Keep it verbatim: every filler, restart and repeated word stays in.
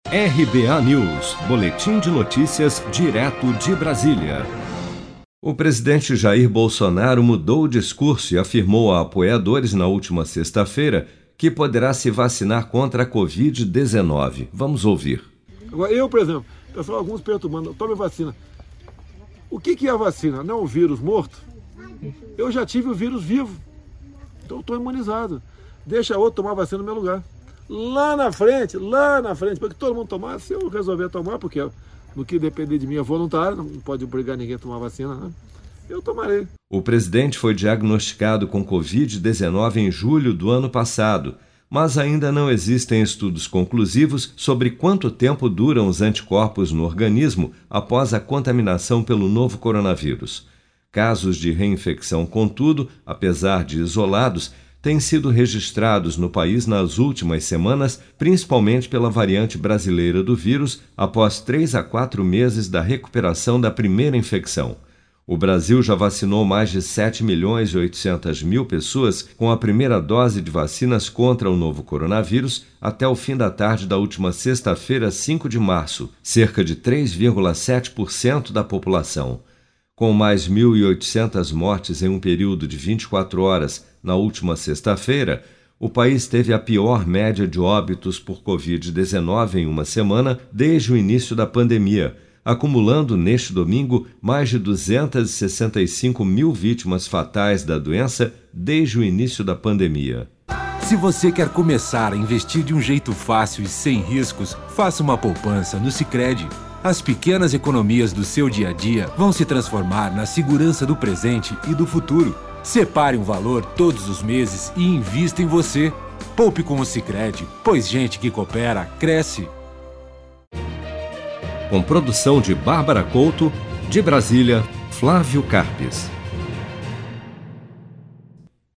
R B A News, boletim de notícias direto de Brasília. O presidente Jair Bolsonaro mudou o discurso e afirmou a apoiadores na última sexta-feira que poderá se vacinar contra a covid dezenove. Vamos ouvir. Agora, eu, por exemplo, pessoal, alguns perturbando, tome vacina. O que, que é a vacina? Não é um vírus morto? Eu já tive o vírus vivo, então estou imunizado. Deixa outro tomar vacina no meu lugar. Lá na frente, lá na frente, para que todo mundo tomar, se eu resolver tomar, porque no que depender de mim é voluntário, não pode obrigar ninguém a tomar vacina, né? Eu tomarei. O presidente foi diagnosticado com covid dezenove em julho do ano passado, mas ainda não existem estudos conclusivos sobre quanto tempo duram os anticorpos no organismo após a contaminação pelo novo coronavírus. Casos de reinfecção, contudo, apesar de isolados, têm sido registrados no país nas últimas semanas, principalmente pela variante brasileira do vírus, após três a quatro meses da recuperação da primeira infecção. O Brasil já vacinou mais de sete milhões e oitocentas mil pessoas com a primeira dose de vacinas contra o novo coronavírus até o fim da tarde da última sexta-feira, cinco de março, cerca de três vírgula sete por cento da população. Com mais mil e oitocentas mortes em um período de vinte e quatro horas na última sexta-feira, o país teve a pior média de óbitos por covid dezenove em uma semana desde o início da pandemia, acumulando neste domingo mais de duzentas e sessenta e cinco mil vítimas fatais da doença desde o início da pandemia. Se você quer começar a investir de um jeito fácil e sem riscos, faça uma poupança no Sicredi. As pequenas economias do seu dia a dia vão se transformar na segurança do presente e do futuro. Separe um valor todos os meses e invista em você. Poupe com o Sicredi, pois gente que coopera, cresce. Com produção de Bárbara Couto, de Brasília, Flávio Carpes.